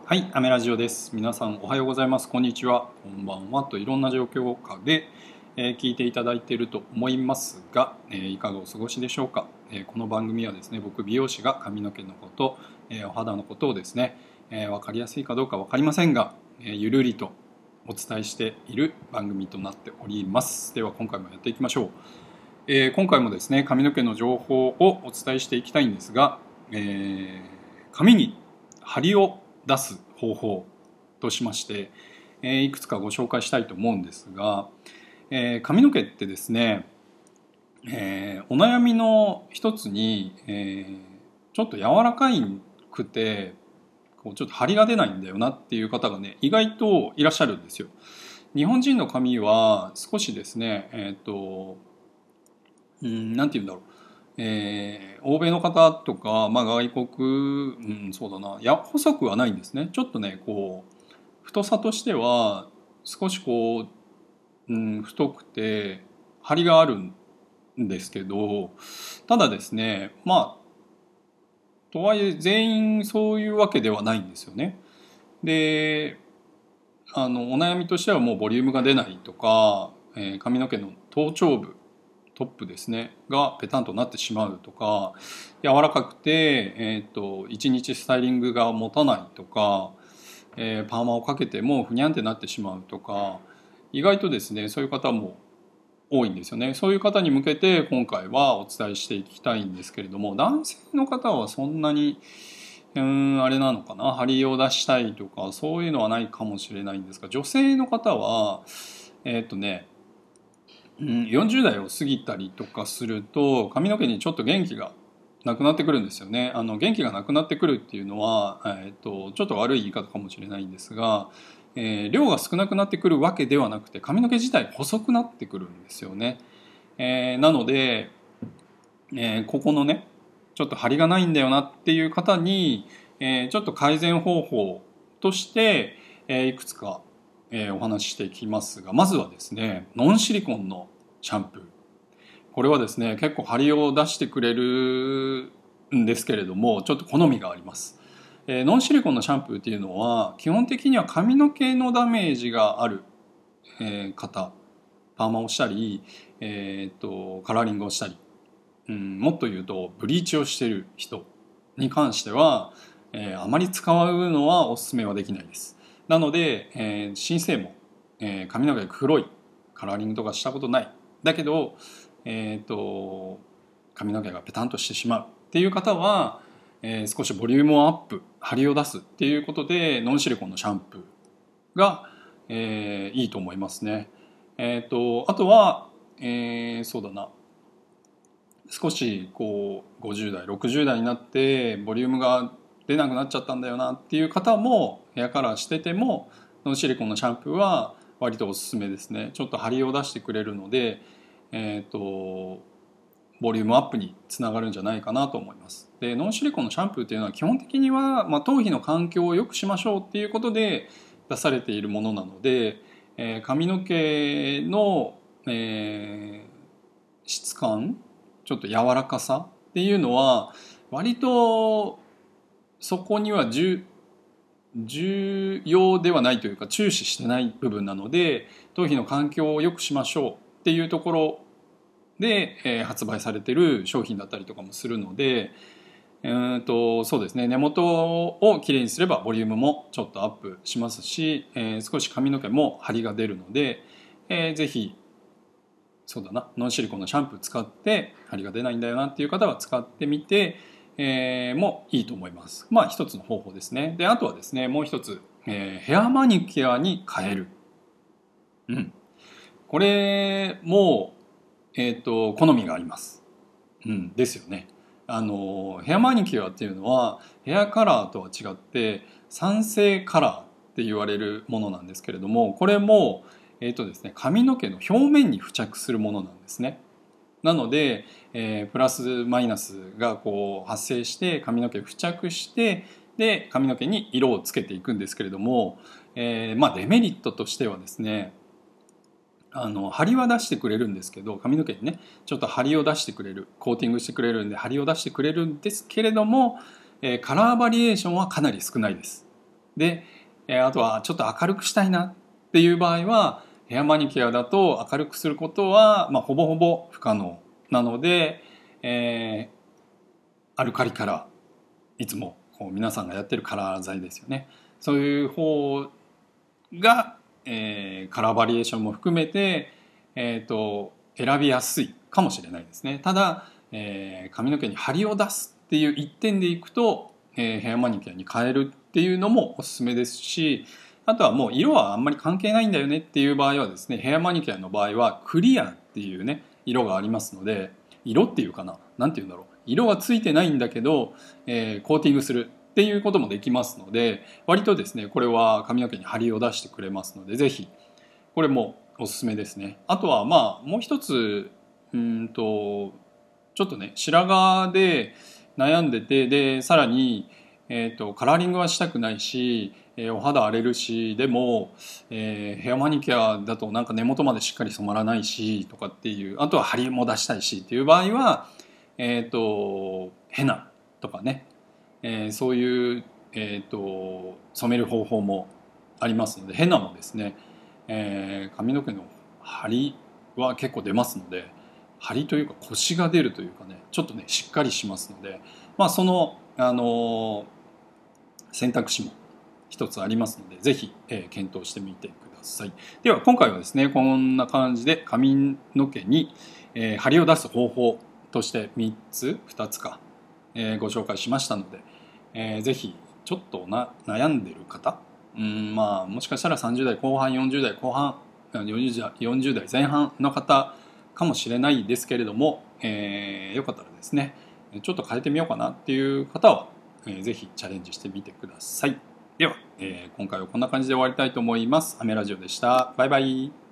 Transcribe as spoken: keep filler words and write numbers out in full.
はい、アメラジオです。皆さんおはようございます。こんにちは。こんばんはといろんな状況下で、えー聞いていただいていると思いますが、えーいかがお過ごしでしょうか。えーこの番組はですね、僕美容師が髪の毛のこと、えーお肌のことをですね、えーわかりやすいかどうかわかりませんが、えーゆるりとお伝えしている番組となっております。では今回もやっていきましょう。えー今回もですね、髪の毛の情報をお伝えしていきたいんですが、えー髪に張りを出す方法としまして、えーいくつかご紹介したいと思うんですが、えー髪の毛ってですね、えーお悩みの一つに、えーちょっと柔らかいくてこうちょっと張りが出ないんだよなっていう方がね意外といらっしゃるんですよ。日本人の髪は少しですね、えっとうん、なんて言うんだろう。えー欧米の方とか、まあ、外国、うん、そうだな、いや、細くはないんですね。ちょっとね、こう、太さとしては、少しこう、うん、太くて、張りがあるんですけど、ただですね、まあ、とはいえ全員そういうわけではないんですよね。で、あの、お悩みとしてはもうボリュームが出ないとか、えー髪の毛の頭頂部、トップですねがペタンとなってしまうとか、柔らかくて、えー、といちにちスタイリングが持たないとか、えーパーマをかけてもふにゃんってなってしまうとか、意外とですねそういう方も多いんですよね。そういう方に向けて今回はお伝えしていきたいんですけれども、男性の方はそんなにうーんあれなのかな、張りを出したいとかそういうのはないかもしれないんですが、女性の方はえっ、とねうん、よんじゅう代を過ぎたりとかすると髪の毛にちょっと元気がなくなってくるんですよね。あの元気がなくなってくるっていうのは、えー、とちょっと悪い言い方かもしれないんですが、えー量が少なくなってくるわけではなくて髪の毛自体細くなってくるんですよね。えーなので、えーここのねちょっと張りがないんだよなっていう方に、えーちょっと改善方法として、えーいくつか、えーお話ししていきますが、まずはですねノンシリコンのシャンプー。これはですね結構張りを出してくれるんですけれども、ちょっと好みがあります。えーノンシリコンのシャンプーっていうのは基本的には髪の毛のダメージがある、えー方、パーマをしたり、えーとカラーリングをしたり、うん、もっと言うとブリーチをしている人に関しては、えーあまり使うのはお勧めはできないです。なので、えー新生も、えー髪の毛が黒い、カラーリングとかしたことない、だけど、えーと髪の毛がペタンとしてしまうっていう方は、えー少しボリュームをアップ、張りを出すっていうことでノンシリコンのシャンプーが、えーいいと思いますね。えーとあとは、えーそうだな、少しこうごじゅう代ろくじゅう代になってボリュームが出なくなっちゃったんだよなっていう方もヘアカラーしててもノンシリコンのシャンプーは割とおすすめですね。ちょっと張りを出してくれるので、えー、とボリュームアップにつながるんじゃないかなと思います。でノンシリコンのシャンプーっていうのは基本的には、まあ、頭皮の環境を良くしましょうっていうことで出されているものなので、えー髪の毛の、えー質感、ちょっと柔らかさっていうのは割とそこには重重要ではないというか注視してない部分なので、頭皮の環境を良くしましょうっていうところで、えー発売されてる商品だったりとかもするので、えーとそうですね、根元をきれいにすればボリュームもちょっとアップしますし、えー少し髪の毛も張りが出るので、えーぜひそうだな、ノンシリコンのシャンプー使って張りが出ないんだよなっていう方は使ってみて、えーもいいと思います。まあ一つの方法ですね。であとはですねもう一つ、えーヘアマニキュアに変える。うん、これも、えー、と好みがあります。うん、ですよね。あのヘアマニキュアっていうのはヘアカラーとは違って酸性カラーって言われるものなんですけれども、これも、えーとですね、髪の毛の表面に付着するものなんですね。なので、えープラスマイナスがこう発生して髪の毛付着して、で髪の毛に色をつけていくんですけれども、えーまあデメリットとしてはですね、あの張りは出してくれるんですけど、髪の毛にねちょっと張りを出してくれる、コーティングしてくれるんで張りを出してくれるんですけれども、えーカラーバリエーションはかなり少ないです。 で、えーあとはちょっと明るくしたいなっていう場合はヘアマニキュアだと明るくすることは、まあ、ほぼほぼ不可能なので、えーアルカリカラー、いつもこう皆さんがやってるカラー剤ですよね、そういう方が、えーカラーバリエーションも含めて、えーと選びやすいかもしれないですね。ただ、えー髪の毛に張りを出すっていう一点でいくと、えーヘアマニキュアに変えるっていうのもおすすめですし、あとはもう色はあんまり関係ないんだよねっていう場合はですね、ヘアマニキュアの場合はクリアっていうね色がありますので、色っていうかな、なんていうんだろう、色はついてないんだけど、えーコーティングするっていうこともできますので、割とですねこれは髪の毛に張りを出してくれますので、ぜひこれもおすすめですね。あとはまあもう一つ、うんとちょっとね白髪で悩んでて、でさらに、えーとカラーリングはしたくないし、えーお肌荒れるし、でも、えーヘアマニキュアだとなんか根元までしっかり染まらないしとかっていう、あとは張りも出したいしっていう場合は、えーとヘナとかね、えーそういう、えーと染める方法もありますので、ヘナもですね、えー髪の毛の張りは結構出ますので、張りというかコシが出るというかね、ちょっとねしっかりしますので、まあその、あのー選択肢も一つありますので、ぜひ、えー検討してみてください。では今回はですねこんな感じで髪の毛に、えー張りを出す方法としてみっつふたつか、えーご紹介しましたので、えーぜひちょっとな悩んでる方、うんまあもしかしたらさんじゅう代後半よんじゅう代後半よんじゅう代よんじゅう代前半の方かもしれないですけれども、えーよかったらですねちょっと変えてみようかなっていう方は、えーぜひチャレンジしてみてください。では、えー今回はこんな感じで終わりたいと思います。アメラジオでした。バイバイ。